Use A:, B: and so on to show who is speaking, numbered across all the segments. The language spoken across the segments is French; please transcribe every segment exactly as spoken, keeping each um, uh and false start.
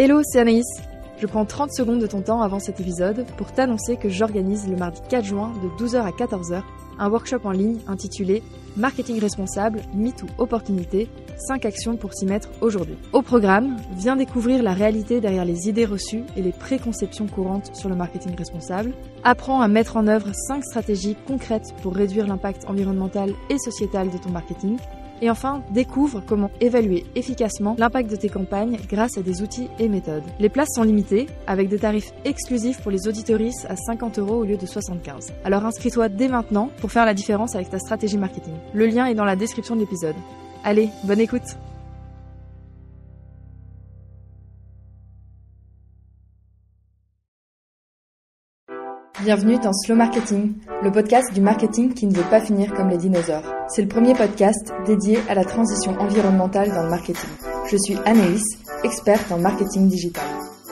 A: Hello, c'est Anaïs. Je prends trente secondes de ton temps avant cet épisode pour t'annoncer que j'organise le mardi quatre juin de douze heures à quatorze heures un workshop en ligne intitulé « Marketing responsable, mythe ou opportunité, cinq actions pour s'y mettre aujourd'hui ». Au programme, viens découvrir la réalité derrière les idées reçues et les préconceptions courantes sur le marketing responsable. Apprends à mettre en œuvre cinq stratégies concrètes pour réduire l'impact environnemental et sociétal de ton marketing. Et enfin, découvre comment évaluer efficacement l'impact de tes campagnes grâce à des outils et méthodes. Les places sont limitées, avec des tarifs exclusifs pour les auditoristes à cinquante euros au lieu de soixante-quinze. Alors inscris-toi dès maintenant pour faire la différence avec ta stratégie marketing. Le lien est dans la description de l'épisode. Allez, bonne écoute! Bienvenue dans Slow Marketing, le podcast du marketing qui ne veut pas finir comme les dinosaures. C'est le premier podcast dédié à la transition environnementale dans le marketing. Je suis Anaïs, experte en marketing digital.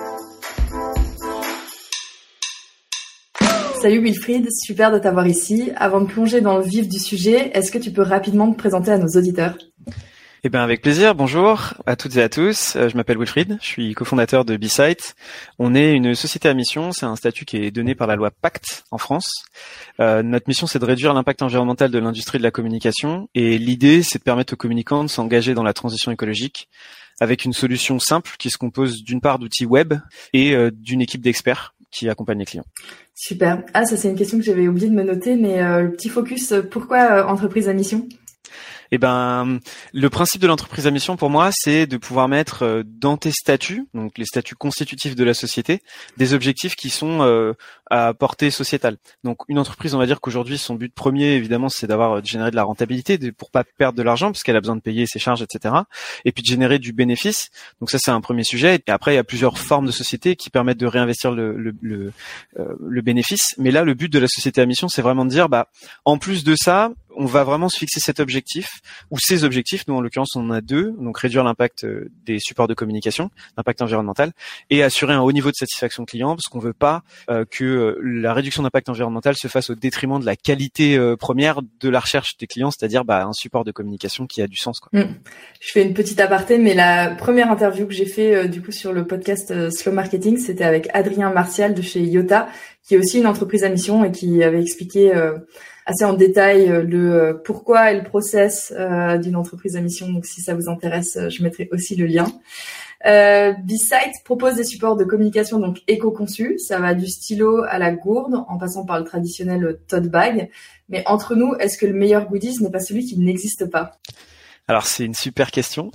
A: Salut Wilfried, super de t'avoir ici. Avant de plonger dans le vif du sujet, est-ce que tu peux rapidement te présenter à nos auditeurs ?
B: Eh bien, avec plaisir. Bonjour à toutes et à tous. Je m'appelle Wilfried. Je suis cofondateur de B-Site. On est une société à mission. C'est un statut qui est donné par la loi Pacte en France. Euh, notre mission, c'est de réduire l'impact environnemental de l'industrie de la communication. Et l'idée, c'est de permettre aux communicants de s'engager dans la transition écologique avec une solution simple qui se compose d'une part d'outils web et euh, d'une équipe d'experts qui accompagne les clients.
A: Super. Ah, ça, c'est une question que j'avais oublié de me noter, mais euh, le petit focus, pourquoi euh, entreprise à mission ?
B: Eh ben, le principe de l'entreprise à mission pour moi, c'est de pouvoir mettre dans tes statuts, donc les statuts constitutifs de la société, des objectifs qui sont euh, à portée sociétale. Donc, une entreprise, on va dire qu'aujourd'hui, son but premier, évidemment, c'est d'avoir de générer de la rentabilité, de, pour pas perdre de l'argent, parce qu'elle a besoin de payer ses charges, et cetera. Et puis de générer du bénéfice. Donc ça, c'est un premier sujet. Et après, il y a plusieurs formes de sociétés qui permettent de réinvestir le, le, le, euh, le bénéfice. Mais là, le but de la société à mission, c'est vraiment de dire, bah, en plus de ça, on va vraiment se fixer cet objectif ou ces objectifs. Nous, en l'occurrence, on en a deux. Donc, réduire l'impact des supports de communication, l'impact environnemental, et assurer un haut niveau de satisfaction client, parce qu'on veut pas euh, que la réduction d'impact environnemental se fasse au détriment de la qualité euh, première de la recherche des clients, c'est-à-dire bah, un support de communication qui a du sens, quoi.
A: Mmh. Je fais une petite aparté, mais la première interview que j'ai fait euh, du coup sur le podcast euh, Slow Marketing, c'était avec Adrien Martial de chez Iota, qui est aussi une entreprise à mission et qui avait expliqué euh, assez en détail euh, le euh, pourquoi et le process euh, d'une entreprise à mission. Donc, si ça vous intéresse, euh, je mettrai aussi le lien. Euh, B-Site propose des supports de communication donc éco-conçus. Ça va du stylo à la gourde, en passant par le traditionnel tote bag. Mais entre nous, est-ce que le meilleur goodies n'est pas celui qui n'existe pas ?
B: Alors c'est une super question.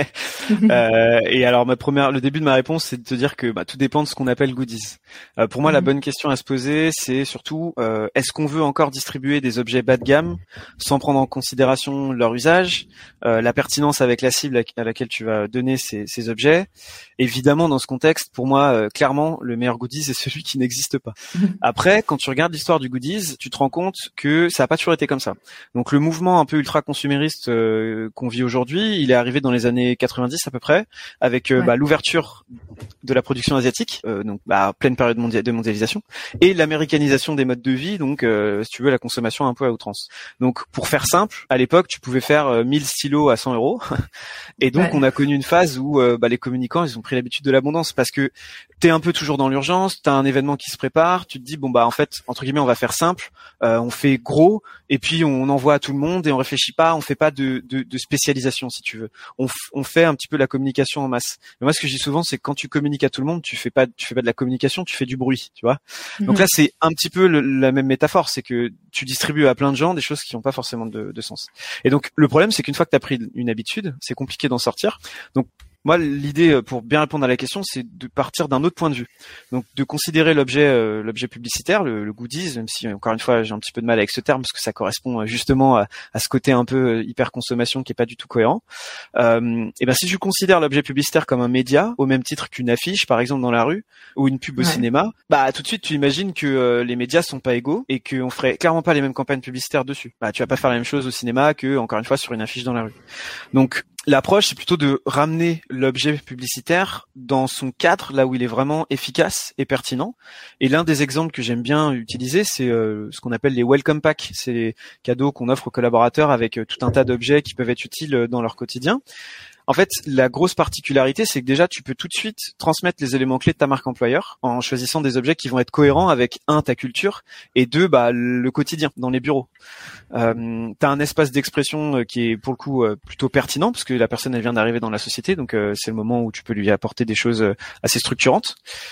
B: euh, et alors ma première, le début de ma réponse, c'est de te dire que bah, tout dépend de ce qu'on appelle goodies. Euh, pour moi, mm-hmm. la bonne question à se poser, c'est surtout euh, est-ce qu'on veut encore distribuer des objets bas de gamme sans prendre en considération leur usage, euh, la pertinence avec la cible à laquelle tu vas donner ces, ces objets. Évidemment, dans ce contexte, pour moi, euh, clairement, le meilleur goodies c'est celui qui n'existe pas. Mm-hmm. Après, quand tu regardes l'histoire du goodies, tu te rends compte que ça n'a pas toujours été comme ça. Donc le mouvement un peu ultra consumériste euh, qu'on vit aujourd'hui, il est arrivé dans les années quatre-vingt-dix à peu près, avec euh, ouais. bah, l'ouverture de la production asiatique, euh, donc bah, pleine période mondia- de mondialisation, et l'américanisation des modes de vie, donc euh, si tu veux la consommation un peu à outrance. Donc pour faire simple, à l'époque tu pouvais faire euh, mille stylos à cent euros, et donc ouais. on a connu une phase où euh, bah, les communicants ils ont pris l'habitude de l'abondance parce que t'es un peu toujours dans l'urgence, t'as un événement qui se prépare, tu te dis bon bah en fait entre guillemets on va faire simple, euh, on fait gros et puis on envoie à tout le monde et on réfléchit pas, on fait pas de, de, de spécialisation si tu veux. On, f- on fait un petit peu la communication en masse. Mais moi ce que je dis souvent c'est que quand tu communiques à tout le monde, tu fais pas tu fais pas de la communication, tu fais du bruit, tu vois. Mm-hmm. Donc là c'est un petit peu le, la même métaphore, c'est que tu distribues à plein de gens des choses qui n'ont pas forcément de, de sens. Et donc le problème c'est qu'une fois que tu as pris une habitude, c'est compliqué d'en sortir. Donc moi, l'idée, pour bien répondre à la question, c'est de partir d'un autre point de vue. Donc, de considérer l'objet, euh, l'objet publicitaire, le, le goodies, même si, encore une fois, j'ai un petit peu de mal avec ce terme, parce que ça correspond justement à, à ce côté un peu hyper consommation qui est pas du tout cohérent. Euh, et ben, si tu considères l'objet publicitaire comme un média, au même titre qu'une affiche, par exemple, dans la rue, ou une pub au ouais. cinéma, bah, tout de suite, tu imagines que euh, les médias sont pas égaux et qu'on ferait clairement pas les mêmes campagnes publicitaires dessus. Bah, tu vas pas faire la même chose au cinéma que, encore une fois, sur une affiche dans la rue. Donc, l'approche, c'est plutôt de ramener l'objet publicitaire dans son cadre, là où il est vraiment efficace et pertinent. Et l'un des exemples que j'aime bien utiliser, c'est euh, ce qu'on appelle les welcome packs. C'est les cadeaux qu'on offre aux collaborateurs avec euh, tout un tas d'objets qui peuvent être utiles dans leur quotidien. En fait, la grosse particularité, c'est que déjà, tu peux tout de suite transmettre les éléments clés de ta marque employeur en choisissant des objets qui vont être cohérents avec un, ta culture, et deux, bah le quotidien dans les bureaux. Euh, t'as un espace d'expression qui est pour le coup plutôt pertinent parce que la personne elle vient d'arriver dans la société, donc euh, c'est le moment où tu peux lui apporter des choses assez structurantes.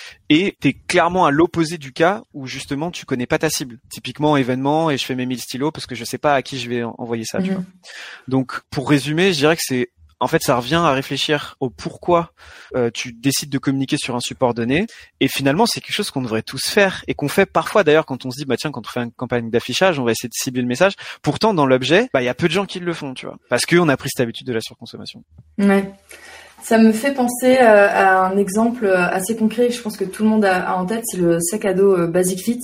B: Et t'es clairement à l'opposé du cas où justement tu connais pas ta cible. Typiquement événement et je fais mes mille stylos parce que je sais pas à qui je vais envoyer ça. Mmh. Tu vois. Donc pour résumer, je dirais que c'est en fait, ça revient à réfléchir au pourquoi euh, tu décides de communiquer sur un support donné. Et finalement, c'est quelque chose qu'on devrait tous faire et qu'on fait parfois d'ailleurs quand on se dit, bah tiens, quand on fait une campagne d'affichage, on va essayer de cibler le message. Pourtant, dans l'objet, bah il y a peu de gens qui le font, tu vois, parce qu'on a pris cette habitude de la surconsommation.
C: Ouais. Ça me fait penser euh, à un exemple assez concret. Je pense que tout le monde a, a en tête, c'est le sac à dos euh, Basic Fit.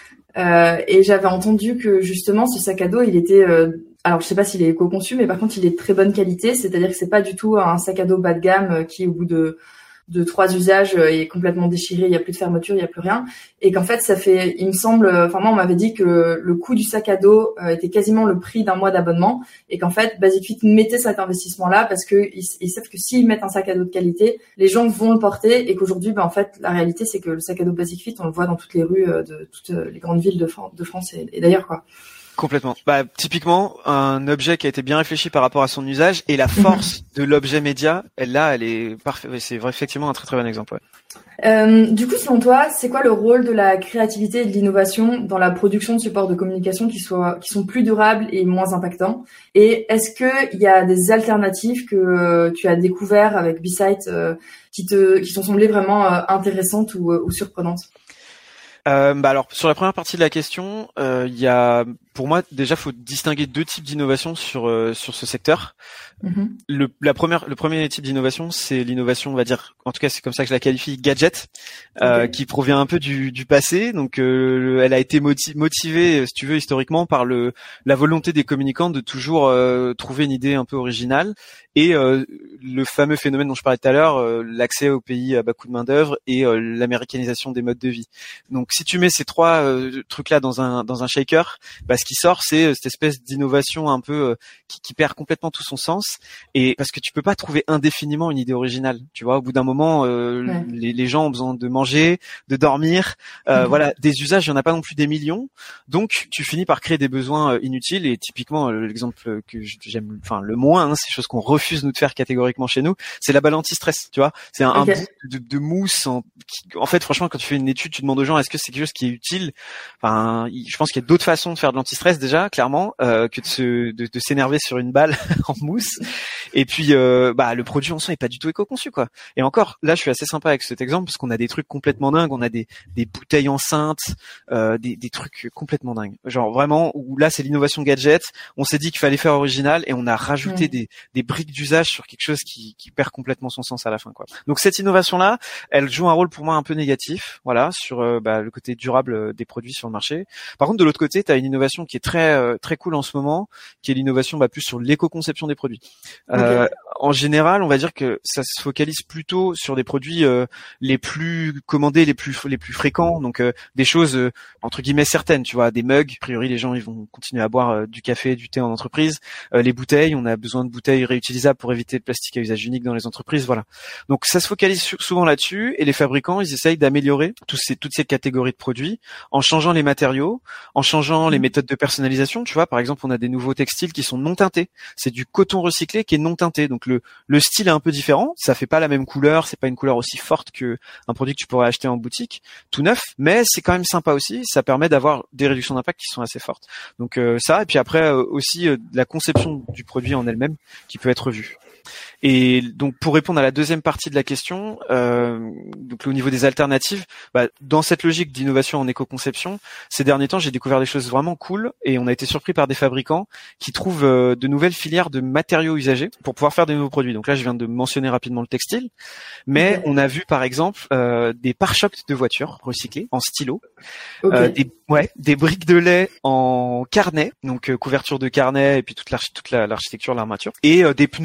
C: Euh, et j'avais entendu que justement, ce sac à dos, il était euh, alors je sais pas s'il est éco-conçu, mais par contre il est de très bonne qualité, c'est-à-dire que c'est pas du tout un sac à dos bas de gamme qui au bout de de trois usages est complètement déchiré, il y a plus de fermeture, il y a plus rien, et qu'en fait ça fait, il me semble, enfin moi on m'avait dit que le coût du sac à dos était quasiment le prix d'un mois d'abonnement, et qu'en fait Basic Fit mettait cet investissement-là parce que ils, ils savent que s'ils mettent un sac à dos de qualité, les gens vont le porter, et qu'aujourd'hui ben en fait la réalité c'est que le sac à dos Basic Fit on le voit dans toutes les rues de toutes les grandes villes de France, de France et, et d'ailleurs quoi.
B: Complètement. Bah, typiquement, un objet qui a été bien réfléchi par rapport à son usage et la force de l'objet média, elle là, elle est parfaite. C'est effectivement un très très bon exemple. Ouais.
C: Euh, du coup, selon toi, c'est quoi le rôle de la créativité et de l'innovation dans la production de supports de communication qui soient, qui sont plus durables et moins impactants? Et est-ce que il y a des alternatives que euh, tu as découvert avec B-Site euh, qui te, qui t'ont semblé vraiment euh, intéressantes ou, ou surprenantes?
B: Euh, bah alors sur la première partie de la question, il euh, y a, pour moi déjà, faut distinguer deux types d'innovation sur euh, sur ce secteur. Mm-hmm. Le la première, le premier type d'innovation, c'est l'innovation, on va dire, en tout cas c'est comme ça que je la qualifie, gadget, euh, okay. qui provient un peu du du passé. Donc euh, elle a été motiv- motivée, si tu veux, historiquement par le la volonté des communicants de toujours euh, trouver une idée un peu originale. Et euh, le fameux phénomène dont je parlais tout à l'heure, euh, l'accès au pays à bas coût de main d'œuvre et euh, l'américanisation des modes de vie. Donc si tu mets ces trois euh, trucs-là dans un dans un shaker, bah ce qui sort c'est euh, cette espèce d'innovation un peu euh, qui, qui perd complètement tout son sens. Et parce que tu peux pas trouver indéfiniment une idée originale. Tu vois, au bout d'un moment, euh, ouais. les, les gens ont besoin de manger, de dormir. Euh, mmh. Voilà, des usages, il y en a pas non plus des millions. Donc tu finis par créer des besoins euh, inutiles. Et typiquement, euh, l'exemple que j'aime, enfin le moins, hein, c'est chose qu'on refuse nous de faire catégoriquement chez nous, c'est la balle anti-stress, tu vois. C'est un, okay. un bout de, de mousse. En, qui, en fait, franchement, quand tu fais une étude, tu demandes aux gens est-ce que c'est quelque chose qui est utile. Enfin, je pense qu'il y a d'autres façons de faire de l'anti-stress déjà, clairement, euh, que de se, de, de s'énerver sur une balle en mousse. Et puis, euh, bah, le produit en soi est pas du tout éco-conçu, quoi. Et encore, là, je suis assez sympa avec cet exemple parce qu'on a des trucs complètement dingues. On a des, des bouteilles enceintes, euh, des, des trucs complètement dingues. Genre vraiment, où là, c'est l'innovation gadget. On s'est dit qu'il fallait faire original et on a rajouté mmh. des, des briques d'usage sur quelque chose qui, qui perd complètement son sens à la fin, quoi. Donc cette innovation-là, elle joue un rôle pour moi un peu négatif, voilà, sur euh, bah, le côté durable des produits sur le marché. Par contre, de l'autre côté, tu as une innovation qui est très euh, très cool en ce moment, qui est l'innovation bah, plus sur l'éco-conception des produits. Okay. Euh, en général, on va dire que ça se focalise plutôt sur des produits euh, les plus commandés, les plus les plus fréquents, donc euh, des choses euh, entre guillemets certaines, tu vois, des mugs. A priori, les gens ils vont continuer à boire euh, du café, du thé en entreprise. Euh, les bouteilles, on a besoin de bouteilles réutilisables pour éviter le plastique à usage unique dans les entreprises, voilà. Donc ça se focalise sur, souvent là-dessus, et les fabricants ils essayent d'améliorer tous ces, toutes ces catégories de produits en changeant les matériaux, en changeant les méthodes de personnalisation. Tu vois, par exemple, on a des nouveaux textiles qui sont non teintés. C'est du coton recyclé qui est non teinté, donc le le style est un peu différent. Ça fait pas la même couleur, c'est pas une couleur aussi forte que un produit que tu pourrais acheter en boutique, tout neuf, mais c'est quand même sympa aussi. Ça permet d'avoir des réductions d'impact qui sont assez fortes. Donc euh, ça, et puis après euh, aussi euh, la conception du produit en elle-même qui peut être revue. Et donc pour répondre à la deuxième partie de la question, euh, donc au niveau des alternatives, bah, dans cette logique d'innovation en éco-conception, ces derniers temps j'ai découvert des choses vraiment cool et on a été surpris par des fabricants qui trouvent euh, de nouvelles filières de matériaux usagés pour pouvoir faire des nouveaux produits. Donc là je viens de mentionner rapidement le textile, mais okay. on a vu par exemple euh, des pare-chocs de voitures recyclés en stylo, okay. euh, des ouais des briques de lait en carnet, donc euh, couverture de carnet et puis toute l'arch- toute la, l'architecture, l'armature, et euh, des pneus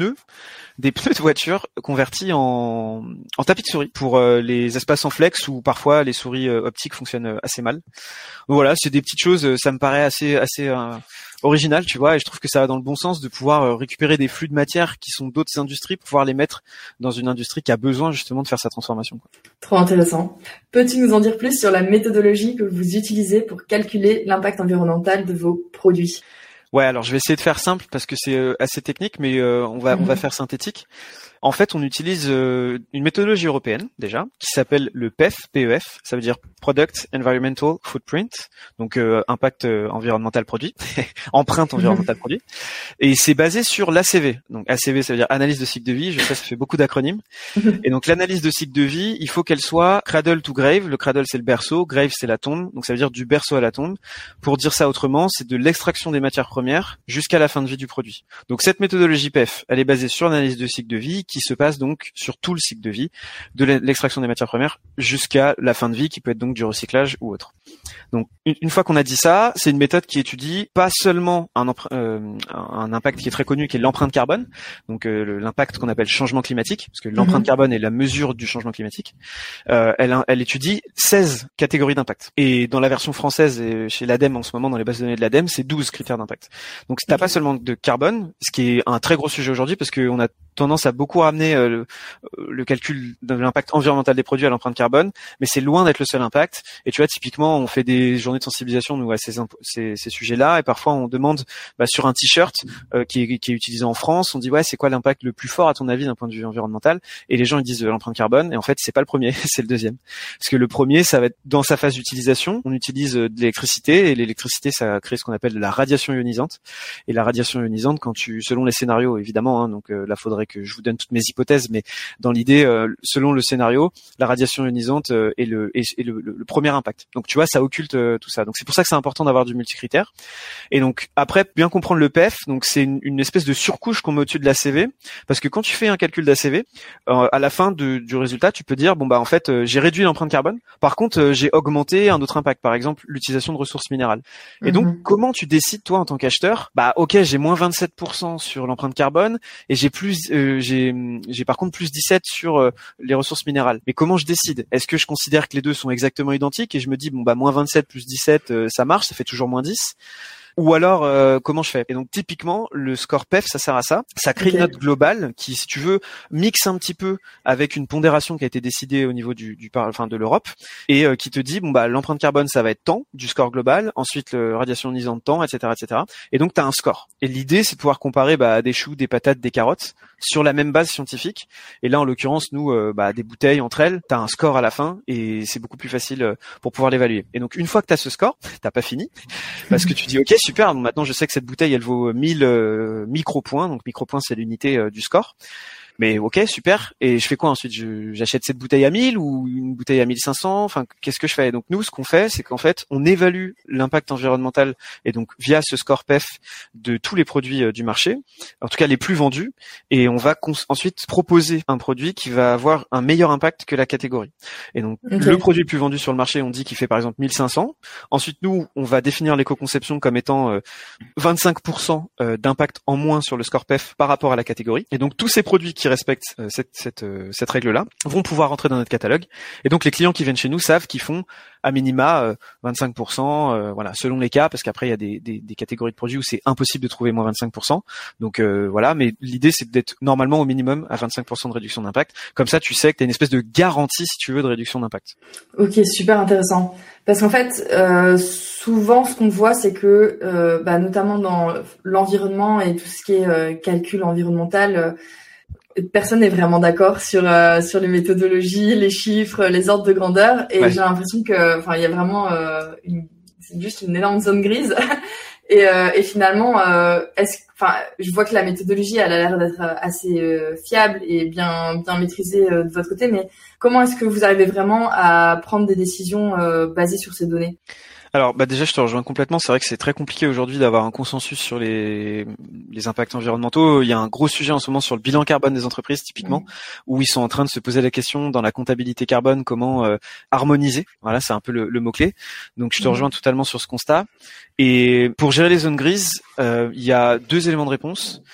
B: des pneus de voiture convertis en, en tapis de souris pour euh, les espaces en flex où parfois les souris euh, optiques fonctionnent euh, assez mal. Donc voilà, c'est des petites choses, ça me paraît assez assez euh, original, tu vois, et je trouve que ça va dans le bon sens de pouvoir euh, récupérer des flux de matière qui sont d'autres industries pour pouvoir les mettre dans une industrie qui a besoin justement de faire sa transformation, quoi.
C: Trop intéressant. Peux-tu nous en dire plus sur la méthodologie que vous utilisez pour calculer l'impact environnemental de vos produits ?
B: Ouais, alors je vais essayer de faire simple parce que c'est euh, assez technique, mais euh, on va mmh. on va faire synthétique. En fait, on utilise euh, une méthodologie européenne déjà qui s'appelle le P E F, P E F, ça veut dire Product Environmental Footprint, donc euh, impact euh, environnemental produit, empreinte environnementale produit, et c'est basé sur l'A C V. Donc A C V, ça veut dire analyse de cycle de vie. Je sais, ça fait beaucoup d'acronymes. Et donc l'analyse de cycle de vie, il faut qu'elle soit cradle to grave. Le cradle c'est le berceau, grave c'est la tombe, donc ça veut dire du berceau à la tombe. Pour dire ça autrement, c'est de l'extraction des matières premières jusqu'à la fin de vie du produit. Donc cette méthodologie P E F, elle est basée sur l'analyse de cycle de vie qui se passe donc sur tout le cycle de vie, de l'extraction des matières premières jusqu'à la fin de vie, qui peut être donc du recyclage ou autre. Donc une, une fois qu'on a dit ça, c'est une méthode qui étudie pas seulement un, euh, un impact qui est très connu, qui est l'empreinte carbone, donc euh, l'impact qu'on appelle changement climatique, parce que l'empreinte mmh. carbone est la mesure du changement climatique. Euh, elle, elle étudie seize catégories d'impact. Et dans la version française et chez l'ADEME en ce moment, dans les bases de données de l'ADEME, c'est douze critères d'impact. Donc t'as okay. pas seulement de carbone, ce qui est un très gros sujet aujourd'hui, parce qu'on a tendance à beaucoup ramener euh, le, le calcul de l'impact environnemental des produits à l'empreinte carbone, mais c'est loin d'être le seul impact. Et tu vois, typiquement, on fait des journées de sensibilisation nous à ces, ces, ces sujets-là, et parfois on demande bah, sur un t-shirt euh, qui, est, qui est utilisé en France, on dit ouais, c'est quoi l'impact le plus fort à ton avis d'un point de vue environnemental? Et les gens ils disent euh, l'empreinte carbone, et en fait c'est pas le premier, c'est le deuxième. Parce que le premier, ça va être dans sa phase d'utilisation, on utilise euh, de l'électricité, et l'électricité ça crée ce qu'on appelle de la radiation ionisante. Et la radiation ionisante, quand tu, selon les scénarios évidemment, hein, donc euh, là faudrait que je vous donne toutes mes hypothèses, mais dans l'idée, euh, selon le scénario, la radiation ionisante euh, est, le, est, est le, le, le premier impact. Donc tu vois, ça occulte euh, tout ça. Donc c'est pour ça que c'est important d'avoir du multicritère. Et donc après, bien comprendre le P E F, donc c'est une, une espèce de surcouche qu'on met au-dessus de l'A C V, parce que quand tu fais un calcul d'A C V, euh, à la fin de, du résultat, tu peux dire bon bah en fait euh, j'ai réduit l'empreinte carbone. Par contre, euh, j'ai augmenté un autre impact, par exemple l'utilisation de ressources minérales. Et mm-hmm. donc comment tu décides toi en tant qu'acheteur? Bah ok, j'ai moins vingt-sept pour cent sur l'empreinte carbone et j'ai plus euh, j'ai j'ai par contre plus dix-sept sur euh, les ressources minérales. Mais comment je décide? Est-ce que je considère que les deux sont exactement identiques et je me dis bon bah moins vingt-sept plus dix-sept euh, ça marche, ça fait toujours moins dix? Ou alors euh, comment je fais? Et donc typiquement le score P E F ça sert à ça, ça crée okay. une note globale qui, si tu veux, mixe un petit peu avec une pondération qui a été décidée au niveau du, du enfin de l'Europe et euh, qui te dit bon bah l'empreinte carbone ça va être tant du score global, ensuite le radiation ionisante tant, et cetera, et cetera. Et donc tu as un score. Et l'idée c'est de pouvoir comparer bah, des choux, des patates, des carottes sur la même base scientifique. Et là en l'occurrence nous euh, bah, des bouteilles entre elles, tu as un score à la fin et c'est beaucoup plus facile euh, pour pouvoir l'évaluer. Et donc une fois que tu as ce score, t'as pas fini parce que tu dis ok super, donc maintenant je sais que cette bouteille elle vaut mille euh, micropoints, donc micropoints c'est l'unité euh, du score. Mais ok, super. Et je fais quoi ensuite? je, J'achète cette bouteille à mille ou une bouteille à mille cinq cents? Enfin, qu'est-ce que je fais? Donc nous, ce qu'on fait, c'est qu'en fait, on évalue l'impact environnemental et donc via ce score P E F de tous les produits euh, du marché, en tout cas les plus vendus, et on va cons- ensuite proposer un produit qui va avoir un meilleur impact que la catégorie. Et donc okay. le produit le plus vendu sur le marché, on dit qu'il fait par exemple mille cinq cents. Ensuite, nous, on va définir l'éco-conception comme étant euh, vingt-cinq pour cent euh, d'impact en moins sur le score P E F par rapport à la catégorie. Et donc tous ces produits qui respectent euh, cette cette euh, cette règle-là vont pouvoir rentrer dans notre catalogue. Et donc les clients qui viennent chez nous savent qu'ils font à minima euh, vingt-cinq pour cent, euh, voilà, selon les cas, parce qu'après il y a des, des des catégories de produits où c'est impossible de trouver moins vingt-cinq pour cent. Donc euh, voilà, mais l'idée c'est d'être normalement au minimum à vingt-cinq pour cent de réduction d'impact. Comme ça, tu sais que tu as une espèce de garantie, si tu veux, de réduction d'impact.
C: Ok, super intéressant. Parce qu'en fait, euh, souvent, ce qu'on voit, c'est que, euh, bah, notamment dans l'environnement et tout ce qui est euh, calcul environnemental, euh, personne n'est vraiment d'accord sur euh, sur les méthodologies, les chiffres, les ordres de grandeur. Et ouais. j'ai l'impression que, enfin, il y a vraiment euh, une, c'est juste une énorme zone grise. et, euh, et finalement, euh, est-ce, enfin, je vois que la méthodologie, elle a l'air d'être assez euh, fiable et bien bien maîtrisée euh, de votre côté, mais comment est-ce que vous arrivez vraiment à prendre des décisions euh, basées sur ces données?
B: Alors, bah déjà, je te rejoins complètement. C'est vrai que c'est très compliqué aujourd'hui d'avoir un consensus sur les les impacts environnementaux. Il y a un gros sujet en ce moment sur le bilan carbone des entreprises, typiquement, mmh. où ils sont en train de se poser la question dans la comptabilité carbone comment euh, harmoniser. Voilà, c'est un peu le, le mot clé. Donc, je te mmh. rejoins totalement sur ce constat. Et pour gérer les zones grises, euh, il y a deux éléments de réponse.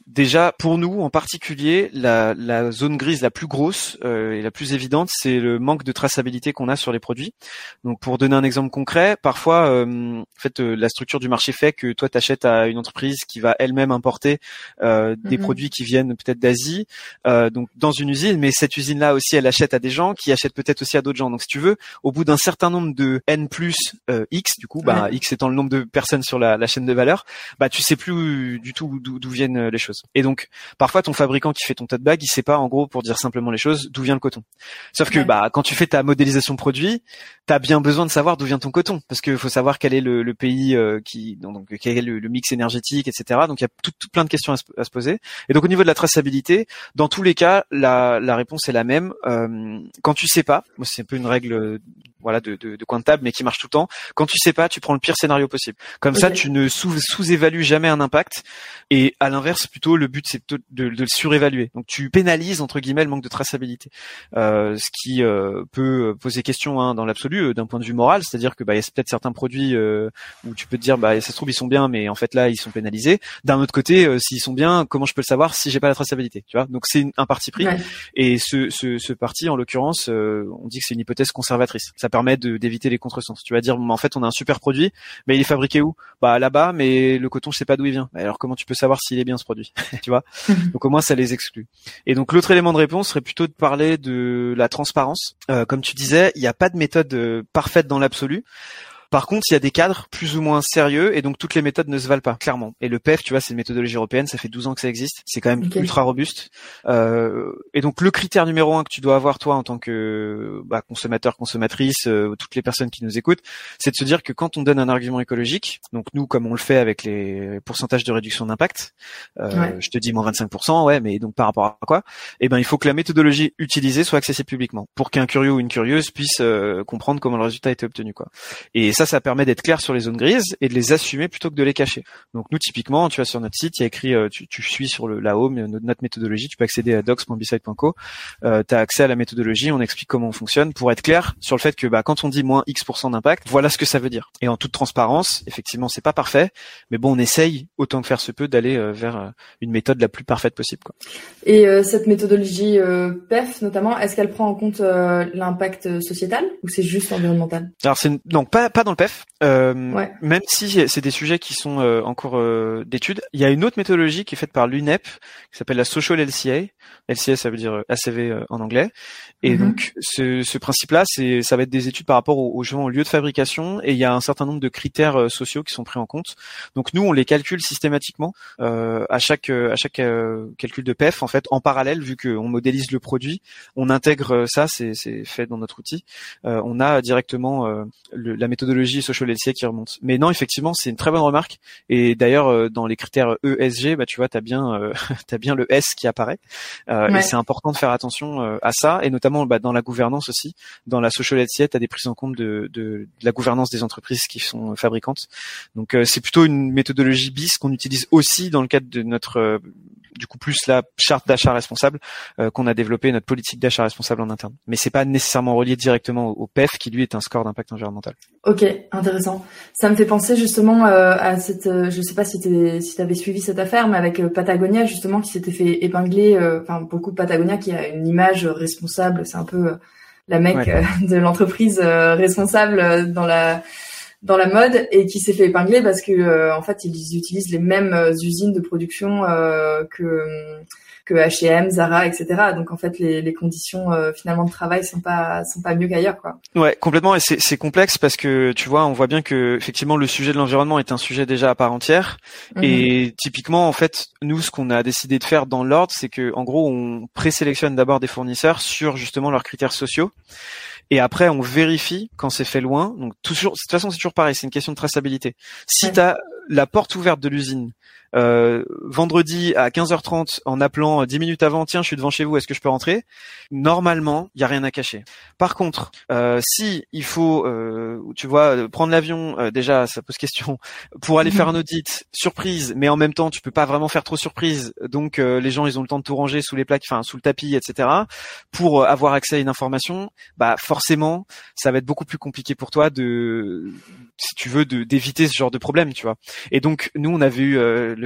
B: Déjà, pour nous en particulier, la, la zone grise la plus grosse euh, et la plus évidente, c'est le manque de traçabilité qu'on a sur les produits. Donc, pour donner un exemple concret, parfois, euh, en fait, euh, la structure du marché fait que toi, t'achètes à une entreprise qui va elle-même importer euh, des mm-hmm. produits qui viennent peut-être d'Asie, euh, donc dans une usine, mais cette usine-là aussi, elle achète à des gens qui achètent peut-être aussi à d'autres gens. Donc, si tu veux, au bout d'un certain nombre de N plus euh, X, du coup, bah, ouais. X étant le nombre de personnes sur la, la chaîne de valeur, bah, tu sais plus du tout d'où, d'où viennent les choses. Et donc, parfois, ton fabricant qui fait ton tote bag, il sait pas, en gros, pour dire simplement les choses, d'où vient le coton. Sauf que, ouais. bah, quand tu fais ta modélisation produit, t'as bien besoin de savoir d'où vient ton coton, parce que faut savoir quel est le, le pays euh, qui, donc, quel est le, le mix énergétique, et cetera. Donc, il y a tout, tout plein de questions à se, à se poser. Et donc, au niveau de la traçabilité, dans tous les cas, la, la réponse est la même. Euh, quand tu sais pas, moi, c'est un peu une règle, euh, voilà, de, de, de coin de table, mais qui marche tout le temps. Quand tu sais pas, tu prends le pire scénario possible. Comme okay. ça, tu ne sous, sous-évalues jamais un impact. Et à l'inverse, plutôt, le but, c'est de, de, de le surévaluer. Donc, tu pénalises, entre guillemets, le manque de traçabilité. Euh, ce qui euh, peut poser question hein, dans l'absolu, euh, d'un point de vue moral, c'est-à-dire que bah, y a peut-être certains produits euh, où tu peux te dire, bah, ça se trouve, ils sont bien, mais en fait, là, ils sont pénalisés. D'un autre côté, euh, s'ils sont bien, comment je peux le savoir si j'ai pas la traçabilité, tu vois? Donc, c'est une, un parti pris. Ouais. Et ce, ce, ce parti, en l'occurrence, euh, on dit que c'est une hypothèse conservatrice. Ça permet de, d'éviter les contresens. Tu vas dire, bon, en fait, on a un super produit, mais il est fabriqué où? Bah, là-bas, mais le coton, je sais pas d'où il vient. Alors, comment tu peux savoir s'il est bien, ce produit? Tu vois? Donc, au moins, ça les exclut. Et donc, l'autre élément de réponse serait plutôt de parler de la transparence. Euh, comme tu disais, il n'y a pas de méthode euh, parfaite dans l'absolu. Par contre, il y a des cadres plus ou moins sérieux et donc toutes les méthodes ne se valent pas, clairement. Et le P E F, tu vois, c'est une méthodologie européenne, ça fait douze ans que ça existe, c'est quand même okay. ultra robuste. Euh, et donc le critère numéro un que tu dois avoir toi en tant que bah, consommateur, consommatrice, euh, toutes les personnes qui nous écoutent, c'est de se dire que quand on donne un argument écologique, donc nous comme on le fait avec les pourcentages de réduction d'impact, euh, ouais. je te dis moins vingt-cinq pour cent, ouais, mais donc par rapport à quoi? Eh ben il faut que la méthodologie utilisée soit accessible publiquement pour qu'un curieux ou une curieuse puisse euh, comprendre comment le résultat a été obtenu, quoi. Et ça, ça permet d'être clair sur les zones grises et de les assumer plutôt que de les cacher. Donc nous, typiquement, tu vois, sur notre site, il y a écrit, euh, tu, tu suis sur le, la home, notre, notre méthodologie, tu peux accéder à docs point b side point co, euh, tu as accès à la méthodologie, on explique comment on fonctionne pour être clair sur le fait que bah, quand on dit moins X% d'impact, voilà ce que ça veut dire. Et en toute transparence, effectivement, c'est pas parfait, mais bon, on essaye, autant que faire se peut, d'aller euh, vers euh, une méthode la plus parfaite possible, quoi.
C: Et euh, cette méthodologie euh, P E F, notamment, est-ce qu'elle prend en compte euh, l'impact sociétal ou c'est juste environnemental?
B: Alors, c'est non, pas, pas dans le P E F. Euh,
C: ouais.
B: Même si c'est des sujets qui sont euh, en cours euh, d'études, il y a une autre méthodologie qui est faite par l'U N E P qui s'appelle la Social L C A. L C A, ça veut dire A C V euh, en anglais. Et mm-hmm. donc ce, ce principe-là, c'est ça va être des études par rapport au, au, au lieu de fabrication, et il y a un certain nombre de critères euh, sociaux qui sont pris en compte. Donc nous, on les calcule systématiquement euh, à chaque à chaque euh, calcul de P E F en fait en parallèle, vu qu'on modélise le produit, on intègre ça, c'est c'est fait dans notre outil. Euh, on a directement euh, le, la méthodologie Social L C A qui remonte. Mais non, effectivement, c'est une très bonne remarque. Et d'ailleurs, euh, dans les critères E S G, bah tu vois, t'as bien euh, t'as bien le S qui apparaît. Euh, ouais. Et c'est important de faire attention euh, à ça, et notamment bah, dans la gouvernance aussi. Dans la Social L C A, t'as des prises en compte de, de, de la gouvernance des entreprises qui sont fabricantes. Donc euh, c'est plutôt une méthodologie bis qu'on utilise aussi dans le cadre de notre euh, du coup plus la charte d'achat responsable euh, qu'on a développé, notre politique d'achat responsable en interne. Mais c'est pas nécessairement relié directement au, au P E F qui lui est un score d'impact environnemental.
C: Ok, intéressant. Ça me fait penser justement euh, à cette, euh, je sais pas si tu si t'avais suivi cette affaire, mais avec euh, Patagonia justement qui s'était fait épingler, euh, enfin beaucoup de Patagonia qui a une image responsable, c'est un peu euh, la mec ouais. euh, de l'entreprise euh, responsable euh, dans la dans la mode, et qui s'est fait épingler parce que euh, en fait ils utilisent les mêmes euh, usines de production euh, que que H et M, Zara, et cetera. Donc en fait les, les conditions euh, finalement de travail sont pas sont pas mieux qu'ailleurs, quoi.
B: Ouais, complètement. Et c'est, c'est complexe parce que tu vois, on voit bien que effectivement le sujet de l'environnement est un sujet déjà à part entière. Mm-hmm. Et typiquement, en fait, nous, ce qu'on a décidé de faire dans l'ordre, c'est que en gros, on présélectionne d'abord des fournisseurs sur justement leurs critères sociaux. Et après, on vérifie quand c'est fait loin. Donc, toujours, de toute façon, c'est toujours pareil. C'est une question de traçabilité. Si ouais. t'as la porte ouverte de l'usine, euh, vendredi à quinze heures trente, en appelant dix minutes avant, tiens, je suis devant chez vous, est-ce que je peux rentrer? Normalement, il y a rien à cacher. Par contre, euh, si il faut, euh, tu vois, prendre l'avion, euh, déjà, ça pose question, pour aller mmh. faire un audit, surprise, mais en même temps, tu peux pas vraiment faire trop surprise. Donc, euh, les gens, ils ont le temps de tout ranger sous les plaques, enfin, sous le tapis, et cetera. Pour euh, avoir accès à une information, bah, forcément, ça va être beaucoup plus compliqué pour toi de, si tu veux, de d'éviter ce genre de problème, tu vois. Et donc, nous, on avait eu euh, le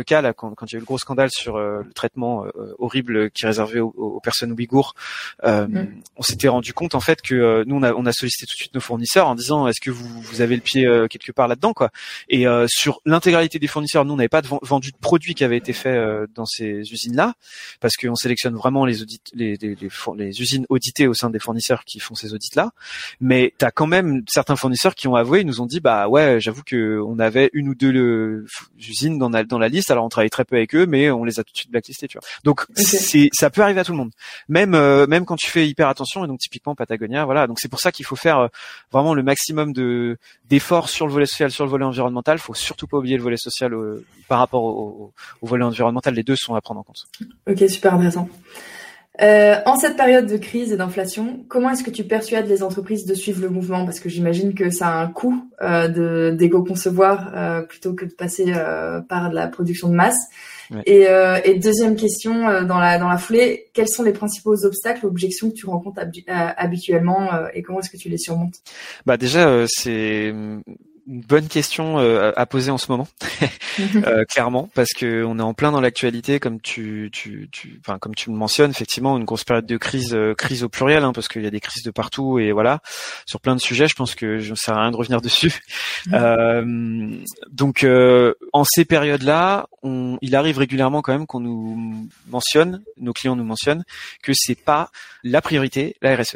B: le cas là quand, quand il y a eu le gros scandale sur euh, le traitement euh, horrible qui est réservé aux, aux personnes ouïghours, euh, mm. on s'était rendu compte en fait que euh, nous on a, on a sollicité tout de suite nos fournisseurs en disant est-ce que vous, vous avez le pied euh, quelque part là-dedans quoi. Et euh, sur l'intégralité des fournisseurs, nous on n'avait pas de, vendu de produits qui avaient été faits euh, dans ces usines-là, parce qu'on sélectionne vraiment les audits, les, les, les, les usines auditées au sein des fournisseurs qui font ces audits-là. Mais t'as quand même certains fournisseurs qui ont avoué, ils nous ont dit bah ouais, j'avoue que on avait une ou deux le, usines dans la, dans la liste, alors on travaille très peu avec eux, mais on les a tout de suite blacklistées, tu vois. Donc okay. c'est, ça peut arriver à tout le monde, même euh, même quand tu fais hyper attention. Et donc typiquement Patagonia, voilà. Donc c'est pour ça qu'il faut faire euh, vraiment le maximum de d'efforts sur le volet social, sur le volet environnemental. Faut surtout pas oublier le volet social euh, par rapport au, au, au volet environnemental. Les deux sont à prendre en compte.
C: Ok, super intéressant. Euh, en cette période de crise et d'inflation, comment est-ce que tu persuades les entreprises de suivre le mouvement? Parce que j'imagine que ça a un coût euh, de, d'éco-concevoir euh, plutôt que de passer euh, par de la production de masse. Ouais. Et, euh, et deuxième question, euh, dans la dans la foulée, quels sont les principaux obstacles, objections que tu rencontres habi- habituellement euh, et comment est-ce que tu les surmontes?
B: Bah déjà, euh, c'est une bonne question euh, à poser en ce moment, euh, clairement, parce que on est en plein dans l'actualité, comme tu, tu, tu, enfin comme tu me mentionnes, effectivement, une grosse période de crise, euh, crise au pluriel, hein, parce qu'il y a des crises de partout et voilà, sur plein de sujets. Je pense que je ne sert à rien de revenir dessus. Mmh. Euh, donc, euh, en ces périodes-là, on, il arrive régulièrement quand même qu'on nous mentionne, nos clients nous mentionnent, que c'est pas la priorité, la R S E.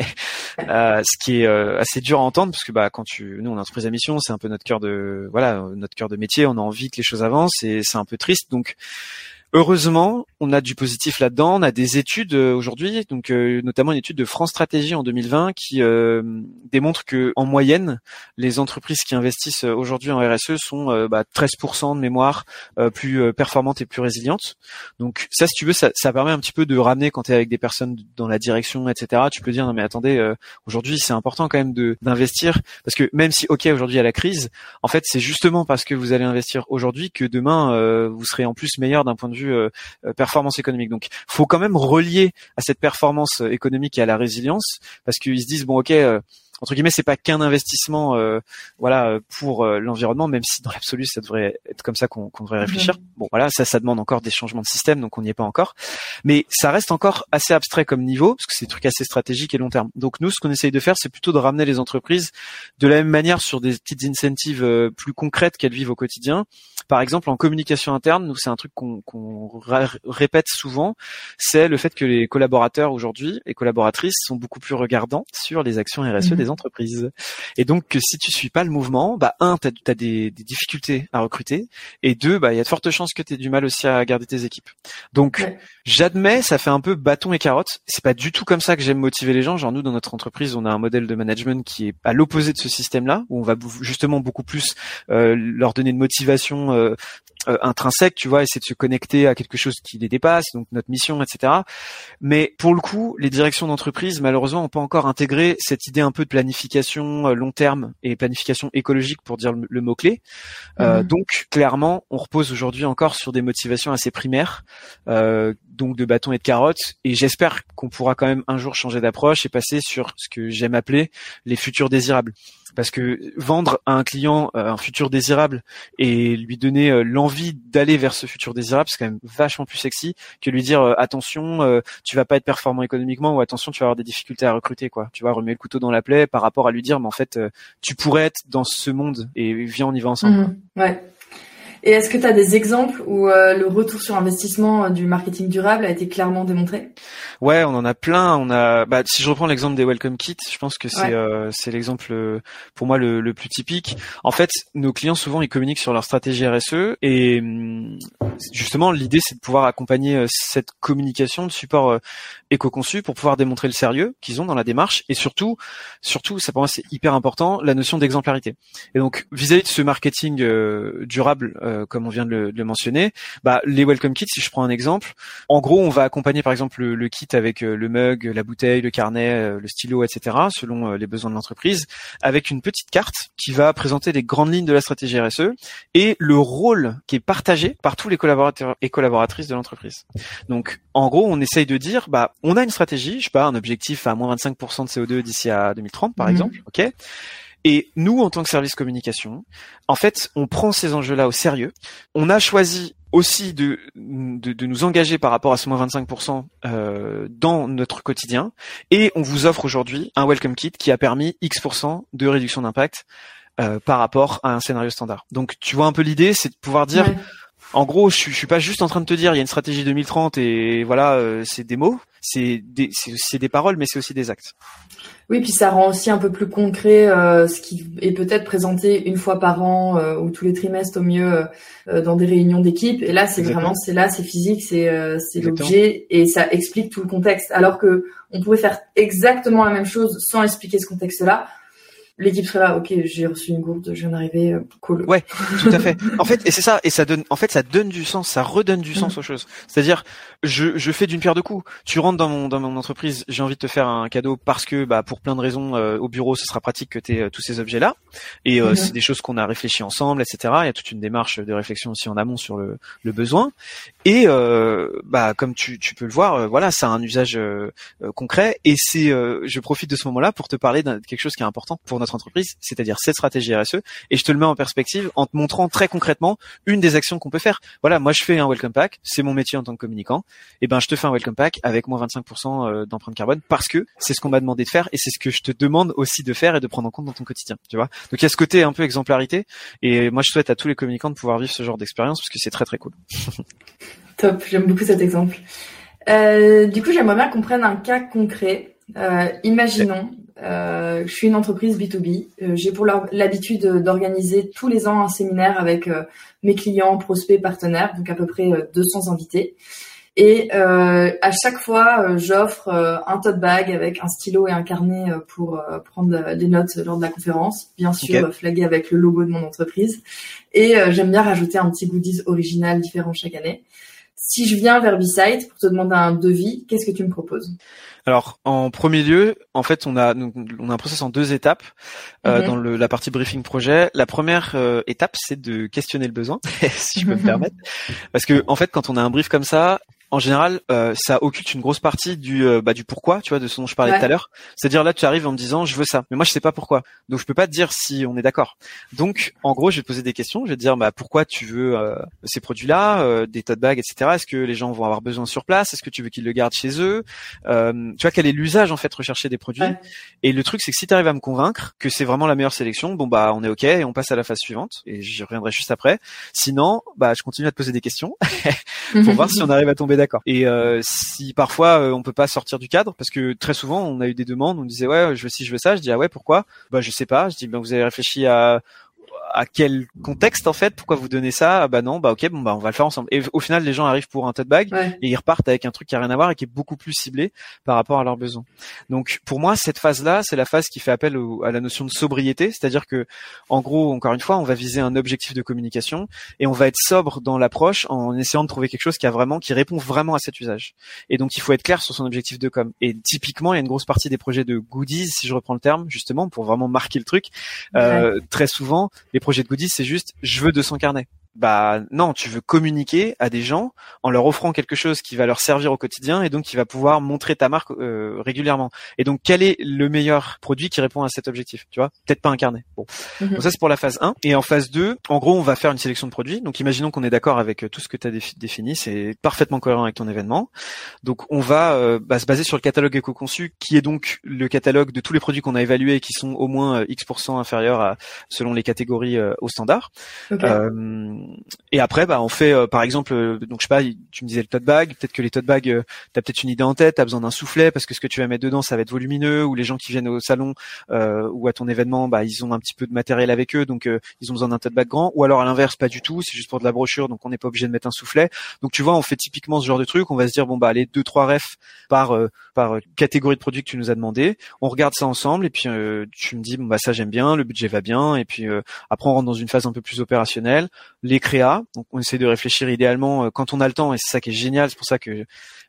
B: Euh, ce qui est euh, assez dur à entendre parce que bah quand tu nous on est entreprise à mission, c'est un peu notre cœur de voilà notre cœur de métier, on a envie que les choses avancent et c'est un peu triste. Donc heureusement, on a du positif là-dedans. On a des études euh, aujourd'hui, donc euh, notamment une étude de France Stratégie en deux mille vingt qui euh, démontre que en moyenne, les entreprises qui investissent aujourd'hui en R S E sont euh, bah, treize pour cent de mémoire euh, plus euh, performantes et plus résilientes. Donc ça, si tu veux, ça, ça permet un petit peu de ramener quand tu es avec des personnes dans la direction, et cetera. Tu peux dire non mais attendez, euh, aujourd'hui c'est important quand même de d'investir parce que même si ok aujourd'hui il y a la crise, en fait c'est justement parce que vous allez investir aujourd'hui que demain euh, vous serez en plus meilleur d'un point de vue Euh, performance économique. Donc, faut quand même relier à cette performance économique et à la résilience, parce qu'ils se disent bon, ok, euh, entre guillemets, c'est pas qu'un investissement, euh, voilà, pour euh, l'environnement, même si dans l'absolu, ça devrait être comme ça qu'on, qu'on devrait réfléchir. Mmh. Bon, voilà, ça, ça demande encore des changements de système, donc on n'y est pas encore. Mais ça reste encore assez abstrait comme niveau, parce que c'est des trucs assez stratégiques et long terme. Donc nous, ce qu'on essaye de faire, c'est plutôt de ramener les entreprises de la même manière sur des petites incentives euh, plus concrètes qu'elles vivent au quotidien. Par exemple, en communication interne, nous c'est un truc qu'on, qu'on r- répète souvent, c'est le fait que les collaborateurs aujourd'hui et collaboratrices sont beaucoup plus regardants sur les actions R S E mmh. des entreprises. Et donc, que si tu suis pas le mouvement, bah un, t'as, t'as des, des difficultés à recruter, et deux, bah il y a de fortes chances que t'aies du mal aussi à garder tes équipes. Donc, ouais. J'admets, ça fait un peu bâton et carotte. C'est pas du tout comme ça que j'aime motiver les gens. Genre nous, dans notre entreprise, on a un modèle de management qui est à l'opposé de ce système-là, où on va justement beaucoup plus euh, leur donner une motivation euh, euh, intrinsèque, tu vois, essayer de se connecter à quelque chose qui les dépasse, donc notre mission, et cetera. Mais pour le coup, les directions d'entreprise, malheureusement, n'ont pas encore intégré cette idée un peu de planification euh, long terme et planification écologique, pour dire le, le mot-clé. Mmh. Euh, donc, clairement, on repose aujourd'hui encore sur des motivations assez primaires, euh, donc de bâton et de carotte, et j'espère qu'on pourra quand même un jour changer d'approche et passer sur ce que j'aime appeler les futurs désirables. Parce que vendre à un client euh, un futur désirable et lui donner euh, l'envie d'aller vers ce futur désirable, c'est quand même vachement plus sexy que lui dire euh, attention, euh, tu vas pas être performant économiquement, ou attention, tu vas avoir des difficultés à recruter, quoi. Tu vas remettre le couteau dans la plaie par rapport à lui dire mais en fait euh, tu pourrais être dans ce monde et viens, on y va ensemble.
C: Mmh, ouais. Et est-ce que tu as des exemples où euh, le retour sur investissement euh, du marketing durable a été clairement démontré?
B: Ouais, on en a plein. On a, bah, si je reprends l'exemple des Welcome Kits, je pense que c'est ouais. euh, c'est l'exemple euh, pour moi le, le plus typique. En fait, nos clients souvent ils communiquent sur leur stratégie R S E et justement l'idée c'est de pouvoir accompagner euh, cette communication de support euh, éco-conçu pour pouvoir démontrer le sérieux qu'ils ont dans la démarche et surtout, surtout, ça pour moi c'est hyper important, la notion d'exemplarité. Et donc vis-à-vis de ce marketing euh, durable, euh, comme on vient de le, de le mentionner, bah les Welcome Kits, si je prends un exemple, en gros on va accompagner par exemple le, le kit avec euh, le mug, la bouteille, le carnet, euh, le stylo, et cetera selon euh, les besoins de l'entreprise, avec une petite carte qui va présenter les grandes lignes de la stratégie R S E et le rôle qui est partagé par tous les collaborateurs et collaboratrices de l'entreprise. Donc en gros on essaye de dire bah on a une stratégie, je sais pas, un objectif à moins vingt-cinq pour cent de C O deux d'ici à deux mille trente par mmh. exemple, ok. Et nous, en tant que service communication, en fait, on prend ces enjeux-là au sérieux. On a choisi aussi de, de de nous engager par rapport à ce moins vingt-cinq pour cent euh, dans notre quotidien, et on vous offre aujourd'hui un welcome kit qui a permis X pour cent de réduction d'impact euh, par rapport à un scénario standard. Donc tu vois un peu l'idée, c'est de pouvoir dire ouais. En gros, je suis, je suis pas juste en train de te dire il y a une stratégie deux mille trente et voilà, euh, c'est des mots, c'est des c'est, c'est des paroles, mais c'est aussi des actes.
C: Oui, puis ça rend aussi un peu plus concret euh, ce qui est peut-être présenté une fois par an euh, ou tous les trimestres au mieux euh, dans des réunions d'équipe. Et là, c'est Exactement. vraiment, c'est là, c'est physique, c'est euh, c'est Exactement. l'objet et ça explique tout le contexte. Alors que on pouvait faire exactement la même chose sans expliquer ce contexte-là. L'équipe serait là, ok, j'ai reçu une gourde, je viens d'arriver, cool.
B: Ouais, tout à fait. En fait, et c'est ça, et ça donne, en fait, ça donne du sens, ça redonne du sens mmh. aux choses. C'est-à-dire, je, je fais d'une pierre deux coups. Tu rentres dans mon, dans mon entreprise, j'ai envie de te faire un cadeau parce que, bah, pour plein de raisons, euh, au bureau, ce sera pratique que tu aies euh, tous ces objets-là. Et euh, mmh. c'est des choses qu'on a réfléchi ensemble, et cetera. Il y a toute une démarche de réflexion aussi en amont sur le, le besoin. Et euh, bah, comme tu, tu peux le voir, euh, voilà, ça a un usage euh, euh, concret. Et c'est, euh, je profite de ce moment-là pour te parler de quelque chose qui est important pour notre entreprise, c'est-à-dire cette stratégie R S E, et je te le mets en perspective en te montrant très concrètement une des actions qu'on peut faire. Voilà, moi je fais un welcome pack, c'est mon métier en tant que communicant, et ben je te fais un welcome pack avec moins vingt-cinq pour cent d'empreinte carbone parce que c'est ce qu'on m'a demandé de faire et c'est ce que je te demande aussi de faire et de prendre en compte dans ton quotidien, tu vois. Donc il y a ce côté un peu exemplarité, et moi je souhaite à tous les communicants de pouvoir vivre ce genre d'expérience parce que c'est très très cool.
C: Top, j'aime beaucoup cet exemple. Euh, du coup, j'aimerais bien qu'on prenne un cas concret. Euh, imaginons, euh, je suis une entreprise B deux B. Euh, j'ai pour l'habitude d'organiser tous les ans un séminaire avec euh, mes clients, prospects, partenaires, donc à peu près euh, deux cents invités. Et euh, à chaque fois, euh, j'offre euh, un tote bag avec un stylo et un carnet euh, pour euh, prendre des notes lors de la conférence, bien sûr okay. flagué avec le logo de mon entreprise. Et euh, j'aime bien rajouter un petit goodies original différent chaque année. Si je viens vers B-Site pour te demander un devis, qu'est-ce que tu me proposes ?
B: Alors, en premier lieu, en fait, on a on a un process en deux étapes euh, mm-hmm. dans le, la partie briefing projet. La première euh, étape, c'est de questionner le besoin, si je peux me permettre, parce que en fait, quand on a un brief comme ça, en général, euh, ça occulte une grosse partie du euh, bah, du pourquoi, tu vois, de ce dont je parlais ouais. tout à l'heure. C'est-à-dire là, tu arrives en me disant, je veux ça, mais moi, je sais pas pourquoi. Donc, je peux pas te dire si on est d'accord. Donc, en gros, je vais te poser des questions. Je vais te dire, bah, pourquoi tu veux euh, ces produits-là, euh, des tote bags, et cetera. Est-ce que les gens vont avoir besoin sur place ? Est-ce que tu veux qu'ils le gardent chez eux ? euh, Tu vois, quel est l'usage en fait recherché des produits ? ouais. Et le truc, c'est que si tu arrives à me convaincre que c'est vraiment la meilleure sélection, bon bah, on est ok et on passe à la phase suivante. Et j'y reviendrai juste après. Sinon, bah, je continue à te poser des questions pour voir si on arrive à tomber d'accord. Et euh, si parfois euh, on peut pas sortir du cadre, parce que très souvent on a eu des demandes, on disait ouais je veux ci je veux ça, je dis ah ouais pourquoi, bah je sais pas, je dis ben vous avez réfléchi à à quel contexte en fait, pourquoi vous donnez ça, ah bah non, bah ok, bon bah on va le faire ensemble. Et au final les gens arrivent pour un tote bag ouais. et ils repartent avec un truc qui a rien à voir et qui est beaucoup plus ciblé par rapport à leurs besoins. Donc pour moi cette phase là, c'est la phase qui fait appel au, à la notion de sobriété, c'est-à-dire que en gros encore une fois on va viser un objectif de communication et on va être sobre dans l'approche en essayant de trouver quelque chose qui a vraiment qui répond vraiment à cet usage. Et donc il faut être clair sur son objectif de com. Et typiquement il y a une grosse partie des projets de goodies, si je reprends le terme justement pour vraiment marquer le truc, euh, ouais. très souvent les projets de goodies, c'est juste je veux deux cents carnets. Bah non, tu veux communiquer à des gens en leur offrant quelque chose qui va leur servir au quotidien et donc qui va pouvoir montrer ta marque euh, régulièrement. Et donc quel est le meilleur produit qui répond à cet objectif, tu vois ? Peut-être pas un carnet. Bon. Mm-hmm. Donc ça c'est pour la phase un. Et en phase deux, en gros, on va faire une sélection de produits. Donc imaginons qu'on est d'accord avec tout ce que tu as défi- défini, c'est parfaitement cohérent avec ton événement. Donc on va euh, bah, se baser sur le catalogue éco-conçu qui est donc le catalogue de tous les produits qu'on a évalués et qui sont au moins euh, X pour cent inférieurs à selon les catégories euh, au standard. Okay. Euh, Et après, bah, on fait, euh, par exemple, euh, donc je sais pas, tu me disais le tote bag, peut-être que les tote bags, euh, t'as peut-être une idée en tête, t'as besoin d'un soufflet parce que ce que tu vas mettre dedans, ça va être volumineux, ou les gens qui viennent au salon euh, ou à ton événement, bah, ils ont un petit peu de matériel avec eux, donc euh, ils ont besoin d'un tote bag grand, ou alors à l'inverse, pas du tout, c'est juste pour de la brochure, donc on n'est pas obligé de mettre un soufflet. Donc tu vois, on fait typiquement ce genre de truc, on va se dire bon bah les deux trois refs par euh, par catégorie de produits que tu nous as demandé, on regarde ça ensemble et puis euh, tu me dis bon bah ça j'aime bien, le budget va bien, et puis euh, après on rentre dans une phase un peu plus opérationnelle, les créas. Donc on essaie de réfléchir idéalement euh, quand on a le temps, et c'est ça qui est génial, c'est pour ça que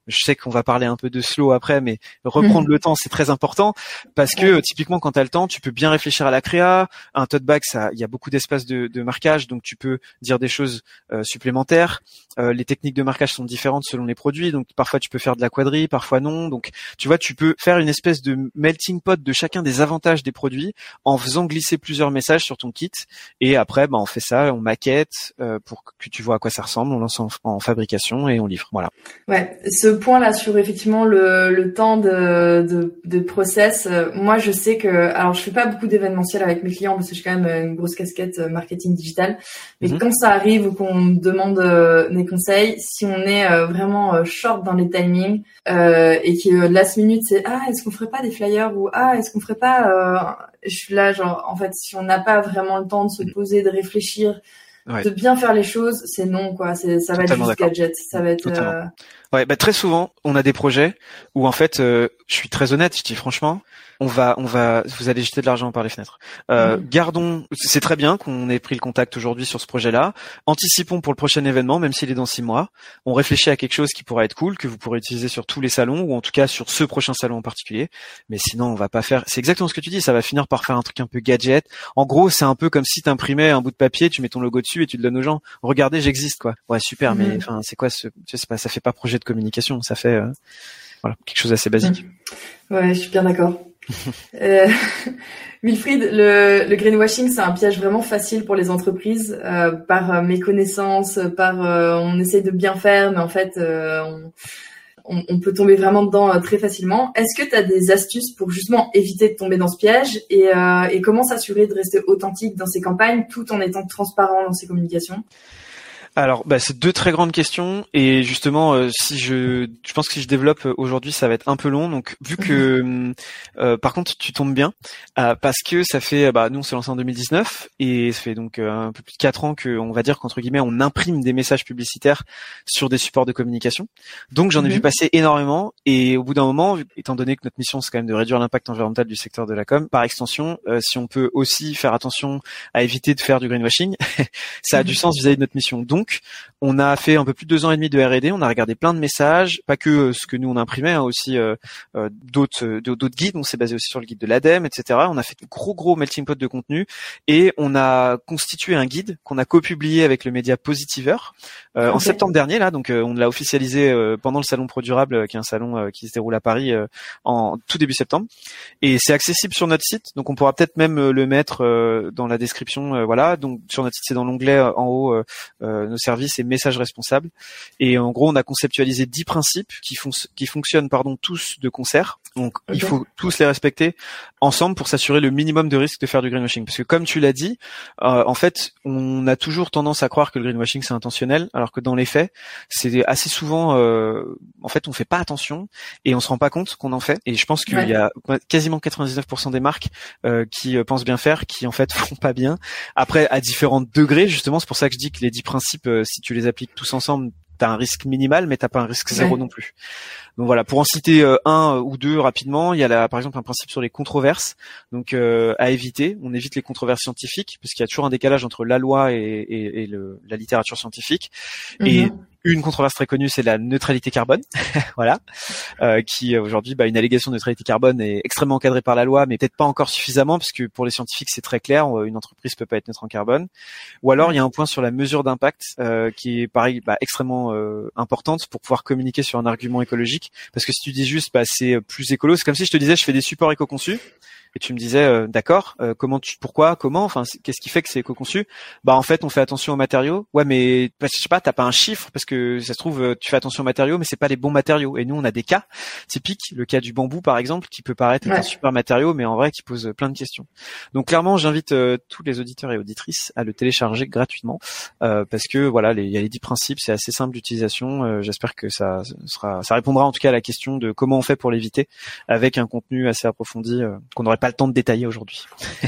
B: je sais qu'on va parler un peu de slow après, mais reprendre mmh. le temps, c'est très important parce que ouais. typiquement quand tu as le temps, tu peux bien réfléchir à la créa. Un tote bag, ça, il y a beaucoup d'espace de, de marquage, donc tu peux dire des choses euh, supplémentaires. Euh, les techniques de marquage sont différentes selon les produits, donc parfois tu peux faire de la quadrille, parfois non. Donc tu vois, tu peux faire une espèce de melting pot de chacun des avantages des produits en faisant glisser plusieurs messages sur ton kit. Et après, bah, on fait ça, on maquette euh, pour que tu vois à quoi ça ressemble, on lance en, en fabrication et on livre. Voilà.
C: Ouais, ce point-là sur effectivement le, le temps de, de, de process, euh, moi je sais que, alors je fais pas beaucoup d'événementiel avec mes clients parce que j'ai quand même une grosse casquette euh, marketing digital, mais mm-hmm. quand ça arrive ou qu'on me demande euh, des conseils, si on est euh, vraiment euh, short dans les timings euh, et que euh, last minute c'est ah est-ce qu'on ferait pas des flyers ou ah est-ce qu'on ferait pas, euh, je suis là genre en fait si on n'a pas vraiment le temps de se poser, de réfléchir. Ouais. De bien faire les choses, c'est non quoi. C'est ça va Totalement être juste d'accord. gadget. Ça va être. Euh...
B: Ouais, bah très souvent, on a des projets où en fait, euh, je suis très honnête, je dis franchement, on va, on va, vous allez jeter de l'argent par les fenêtres. Euh, mmh. Gardons, c'est très bien qu'on ait pris le contact aujourd'hui sur ce projet-là. Anticipons pour le prochain événement, même s'il est dans six mois. On réfléchit à quelque chose qui pourrait être cool, que vous pourrez utiliser sur tous les salons ou en tout cas sur ce prochain salon en particulier. Mais sinon, on va pas faire. C'est exactement ce que tu dis. Ça va finir par faire un truc un peu gadget. En gros, c'est un peu comme si t'imprimais un bout de papier, tu mets ton logo dessus et tu le donnes aux gens. Regardez, j'existe quoi. Ouais, super. Mmh. Mais enfin, c'est quoi ce Je sais pas. Ça fait pas projet de communication. Ça fait euh, voilà quelque chose d'assez basique.
C: Mmh. Ouais, je suis bien d'accord. euh, Wilfried, le, le greenwashing, c'est un piège vraiment facile pour les entreprises, euh, par euh, méconnaissance, par euh, on essaye de bien faire, mais en fait, euh, on, on, on peut tomber vraiment dedans euh, très facilement. Est-ce que tu as des astuces pour justement éviter de tomber dans ce piège et, euh, et comment s'assurer de rester authentique dans ces campagnes tout en étant transparent dans ses communications?
B: Alors, bah, c'est deux très grandes questions et justement, euh, si je, je pense que si je développe aujourd'hui, ça va être un peu long. Donc, vu que, euh, par contre, tu tombes bien euh, parce que ça fait, bah, nous on s'est lancé en deux mille dix-neuf et ça fait donc euh, un peu plus de quatre ans que, on va dire qu'entre guillemets, on imprime des messages publicitaires sur des supports de communication. Donc, j'en ai mmh. vu passer énormément et au bout d'un moment, étant donné que notre mission c'est quand même de réduire l'impact environnemental du secteur de la com, par extension, euh, si on peut aussi faire attention à éviter de faire du greenwashing, ça a mmh. du sens vis-à-vis de notre mission. Donc, Donc, on a fait un peu plus de deux ans et demi de R et D. On a regardé plein de messages, pas que euh, ce que nous on imprimait, hein, aussi euh, euh, d'autres euh, d'autres guides. On s'est basé aussi sur le guide de l'ADEME, et cetera. On a fait de gros gros melting pot de contenu et on a constitué un guide qu'on a co-publié avec le média Positiver euh, okay. en septembre dernier. Là, donc euh, on l'a officialisé euh, pendant le salon Pro Durable, euh, qui est un salon euh, qui se déroule à Paris euh, en tout début septembre. Et c'est accessible sur notre site, donc on pourra peut-être même euh, le mettre euh, dans la description. Euh, voilà, donc sur notre site, c'est dans l'onglet euh, en haut. Euh, euh, nos services et messages responsables. Et en gros, on a conceptualisé dix principes qui, font, qui fonctionnent pardon, tous de concert. Donc, okay. il faut tous les respecter ensemble pour s'assurer le minimum de risque de faire du greenwashing. Parce que comme tu l'as dit, euh, en fait, on a toujours tendance à croire que le greenwashing, c'est intentionnel, alors que dans les faits, c'est assez souvent... Euh, en fait, on fait pas attention et on se rend pas compte qu'on en fait. Et je pense qu'il ouais. y a quasiment quatre-vingt-dix-neuf pour cent des marques euh, qui euh, pensent bien faire, qui en fait font pas bien. Après, à différents degrés, justement, c'est pour ça que je dis que les dix principes, euh, si tu les appliques tous ensemble, t'as un risque minimal, mais t'as pas un risque zéro ouais. non plus. Donc voilà, pour en citer euh, un ou deux rapidement, il y a là, par exemple un principe sur les controverses, donc euh, à éviter. On évite les controverses scientifiques parce qu'il y a toujours un décalage entre la loi et, et, et le, la littérature scientifique. Mm-hmm. Et une controverse très connue, c'est la neutralité carbone, voilà, euh, qui aujourd'hui, bah, une allégation de neutralité carbone est extrêmement encadrée par la loi, mais peut-être pas encore suffisamment, parce que pour les scientifiques, c'est très clair, une entreprise peut pas être neutre en carbone. Ou alors, il y a un point sur la mesure d'impact euh, qui est pareil, bah, extrêmement euh, importante pour pouvoir communiquer sur un argument écologique, parce que si tu dis juste, bah, c'est plus écolo, c'est comme si je te disais, je fais des supports éco-conçus. Et tu me disais, euh, d'accord, euh, comment tu, pourquoi, comment, enfin, qu'est-ce qui fait que c'est éco-conçu? Bah en fait, on fait attention aux matériaux. Ouais, mais je sais pas, t'as pas un chiffre parce que ça se trouve, tu fais attention aux matériaux, mais c'est pas les bons matériaux. Et nous, on a des cas typiques, le cas du bambou par exemple, qui peut paraître être ouais. un super matériau, mais en vrai, qui pose plein de questions. Donc clairement, j'invite euh, tous les auditeurs et auditrices à le télécharger gratuitement euh, parce que voilà, il y a les dix principes, c'est assez simple d'utilisation. Euh, j'espère que ça sera, ça répondra en tout cas à la question de comment on fait pour l'éviter avec un contenu assez approfondi euh, qu'on n'aurait pas le temps de détailler aujourd'hui.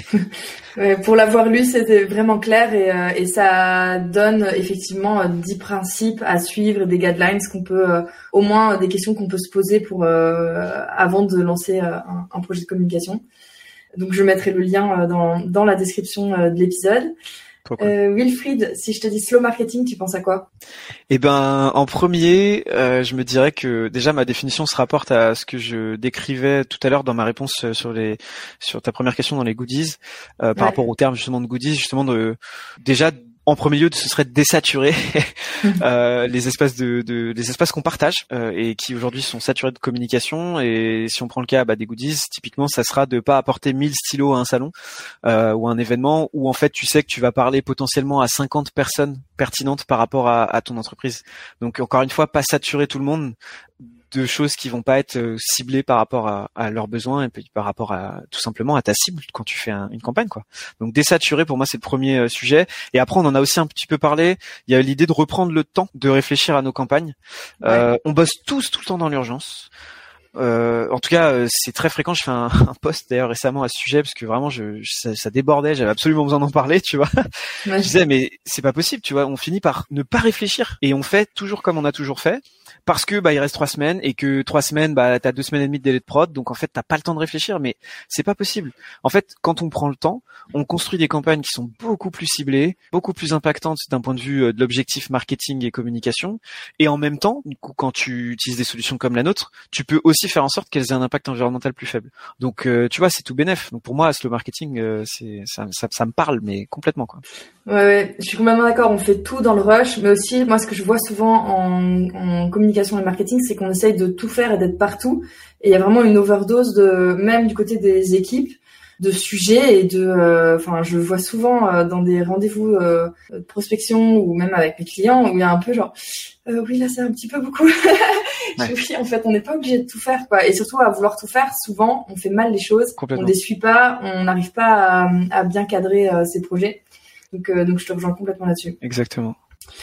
C: Ouais, pour l'avoir lu, c'était vraiment clair et, euh, et ça donne effectivement euh, dix principes à suivre, des guidelines qu'on peut, euh, au moins euh, des questions qu'on peut se poser pour euh, avant de lancer euh, un, un projet de communication. Donc je mettrai le lien euh, dans, dans la description euh, de l'épisode.
B: Trop cool.
C: Euh, Wilfried, si je te dis slow marketing, tu penses à quoi?
B: Eh ben, en premier, euh, je me dirais que déjà ma définition se rapporte à ce que je décrivais tout à l'heure dans ma réponse sur les sur ta première question dans les goodies, euh, par
C: ouais.
B: rapport au terme justement de goodies, justement de déjà en premier lieu, ce serait de désaturer euh, les espaces de, de les espaces qu'on partage euh, et qui aujourd'hui sont saturés de communication. Et si on prend le cas bah, des goodies, typiquement, ça sera de pas apporter mille stylos à un salon euh, ou à un événement où en fait tu sais que tu vas parler potentiellement à cinquante personnes pertinentes par rapport à, à ton entreprise. Donc encore une fois, pas saturer tout le monde de choses qui vont pas être ciblées par rapport à, à leurs besoins et puis par rapport à tout simplement à ta cible quand tu fais un, une campagne quoi. Donc désaturer pour moi c'est le premier euh, sujet. Et après on en a aussi un petit peu parlé. Il y a l'idée de reprendre le temps de réfléchir à nos campagnes. Ouais. Euh, on bosse tous tout le temps dans l'urgence. Euh, en tout cas, euh, c'est très fréquent. Je fais un, un post d'ailleurs récemment à ce sujet parce que vraiment, je, je ça, ça débordait. J'avais absolument besoin d'en parler, tu vois. Ouais. Je disais mais c'est pas possible, tu vois. On finit par ne pas réfléchir et on fait toujours comme on a toujours fait parce que bah il reste trois semaines et que trois semaines bah t'as deux semaines et demie de délai de prod, donc en fait t'as pas le temps de réfléchir. Mais c'est pas possible. En fait, quand on prend le temps, on construit des campagnes qui sont beaucoup plus ciblées, beaucoup plus impactantes d'un point de vue de l'objectif marketing et communication. Et en même temps, du coup, quand tu utilises des solutions comme la nôtre, tu peux aussi faire en sorte qu'elles aient un impact environnemental plus faible. Donc, euh, tu vois, c'est tout bénef. Donc, pour moi, slow marketing, euh, c'est ça, ça, ça me parle, mais complètement, quoi.
C: Ouais, ouais, je suis complètement d'accord. On fait tout dans le rush, mais aussi, moi, ce que je vois souvent en, en communication et marketing, c'est qu'on essaye de tout faire et d'être partout. Et il y a vraiment une overdose de, même du côté des équipes, de sujets et de, enfin, euh, je vois souvent euh, dans des rendez-vous euh, de prospection ou même avec mes clients où il y a un peu genre, euh, oui là c'est un petit peu beaucoup. Ouais. Oui, en fait, on n'est pas obligé de tout faire, quoi. Et surtout à vouloir tout faire, souvent on fait mal les choses, on les suit pas, on n'arrive pas à, à bien cadrer euh, ses projets. Donc, euh, donc je te rejoins complètement là-dessus.
B: Exactement.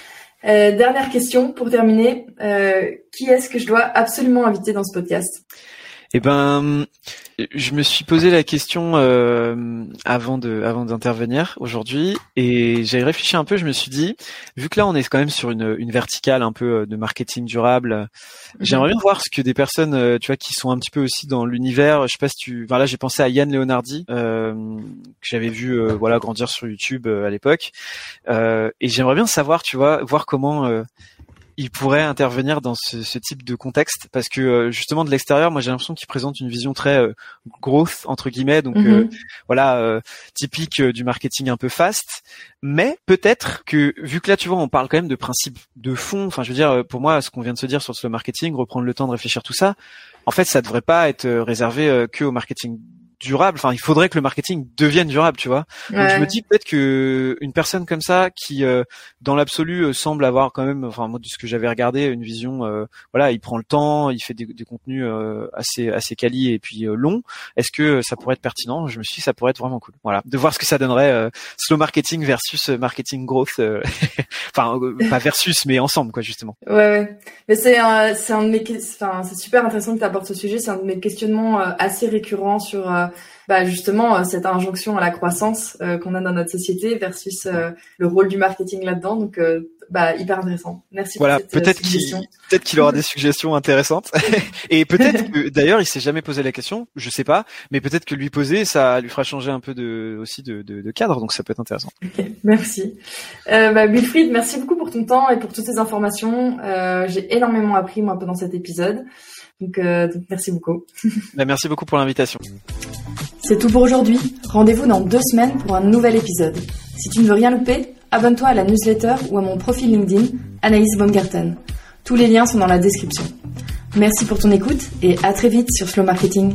C: Euh, dernière question pour terminer, euh, qui est-ce que je dois absolument inviter dans ce podcast?
B: Eh ben, je me suis posé la question euh, avant de, avant d'intervenir aujourd'hui, et j'ai réfléchi un peu. Je me suis dit, vu que là on est quand même sur une, une verticale un peu de marketing durable, mm-hmm. j'aimerais bien voir ce que des personnes, tu vois, qui sont un petit peu aussi dans l'univers. Je sais pas si tu, enfin là j'ai pensé à Yann Leonardi euh, que j'avais vu, euh, voilà, grandir sur YouTube euh, à l'époque, euh, et j'aimerais bien savoir, tu vois, voir comment euh, il pourrait intervenir dans ce, ce type de contexte, parce que euh, justement de l'extérieur, moi j'ai l'impression qu'il présente une vision très euh, growth entre guillemets, donc mm-hmm. euh, voilà, euh, typique euh, du marketing un peu fast. Mais peut-être que vu que là tu vois, on parle quand même de principes de fond. Enfin, je veux dire, pour moi, ce qu'on vient de se dire sur le slow marketing, reprendre le temps de réfléchir tout ça, en fait, ça devrait pas être réservé euh, que au marketing durable. Enfin, il faudrait que le marketing devienne durable, tu vois. Donc ouais. Je me dis peut-être que une personne comme ça qui euh, dans l'absolu euh, semble avoir quand même, enfin moi de ce que j'avais regardé, une vision euh, voilà, il prend le temps, il fait des, des contenus euh, assez assez quali et puis euh, longs. Est-ce que ça pourrait être pertinent? Je me suis dit ça pourrait être vraiment cool. Voilà, de voir ce que ça donnerait euh, slow marketing versus marketing growth euh, enfin euh, pas versus mais ensemble quoi justement.
C: Ouais ouais. Mais c'est un c'est un de mes enfin c'est super intéressant que tu abordes ce sujet, c'est un de mes questionnements euh, assez récurrents sur euh, bah justement cette injonction à la croissance euh, qu'on a dans notre société versus euh, le rôle du marketing là-dedans. Donc euh, bah hyper intéressant. Merci
B: voilà,
C: pour cette
B: peut-être
C: suggestion.
B: Qu'il, peut-être qu'il aura des suggestions intéressantes et peut-être que d'ailleurs il s'est jamais posé la question, je sais pas, mais peut-être que lui poser ça lui fera changer un peu de aussi de, de, de cadre, donc ça peut être intéressant.
C: Okay, merci. Euh, bah Wilfried, merci beaucoup pour ton temps et pour toutes ces informations. Euh, j'ai énormément appris moi pendant cet épisode. Donc, euh, donc merci beaucoup.
B: Bah, merci beaucoup pour l'invitation.
C: C'est tout pour aujourd'hui. Rendez-vous dans deux semaines pour un nouvel épisode. Si tu ne veux rien louper, abonne-toi à la newsletter ou à mon profil LinkedIn, Anaïs Baumgarten. Tous les liens sont dans la description. Merci pour ton écoute et à très vite sur Slow Marketing.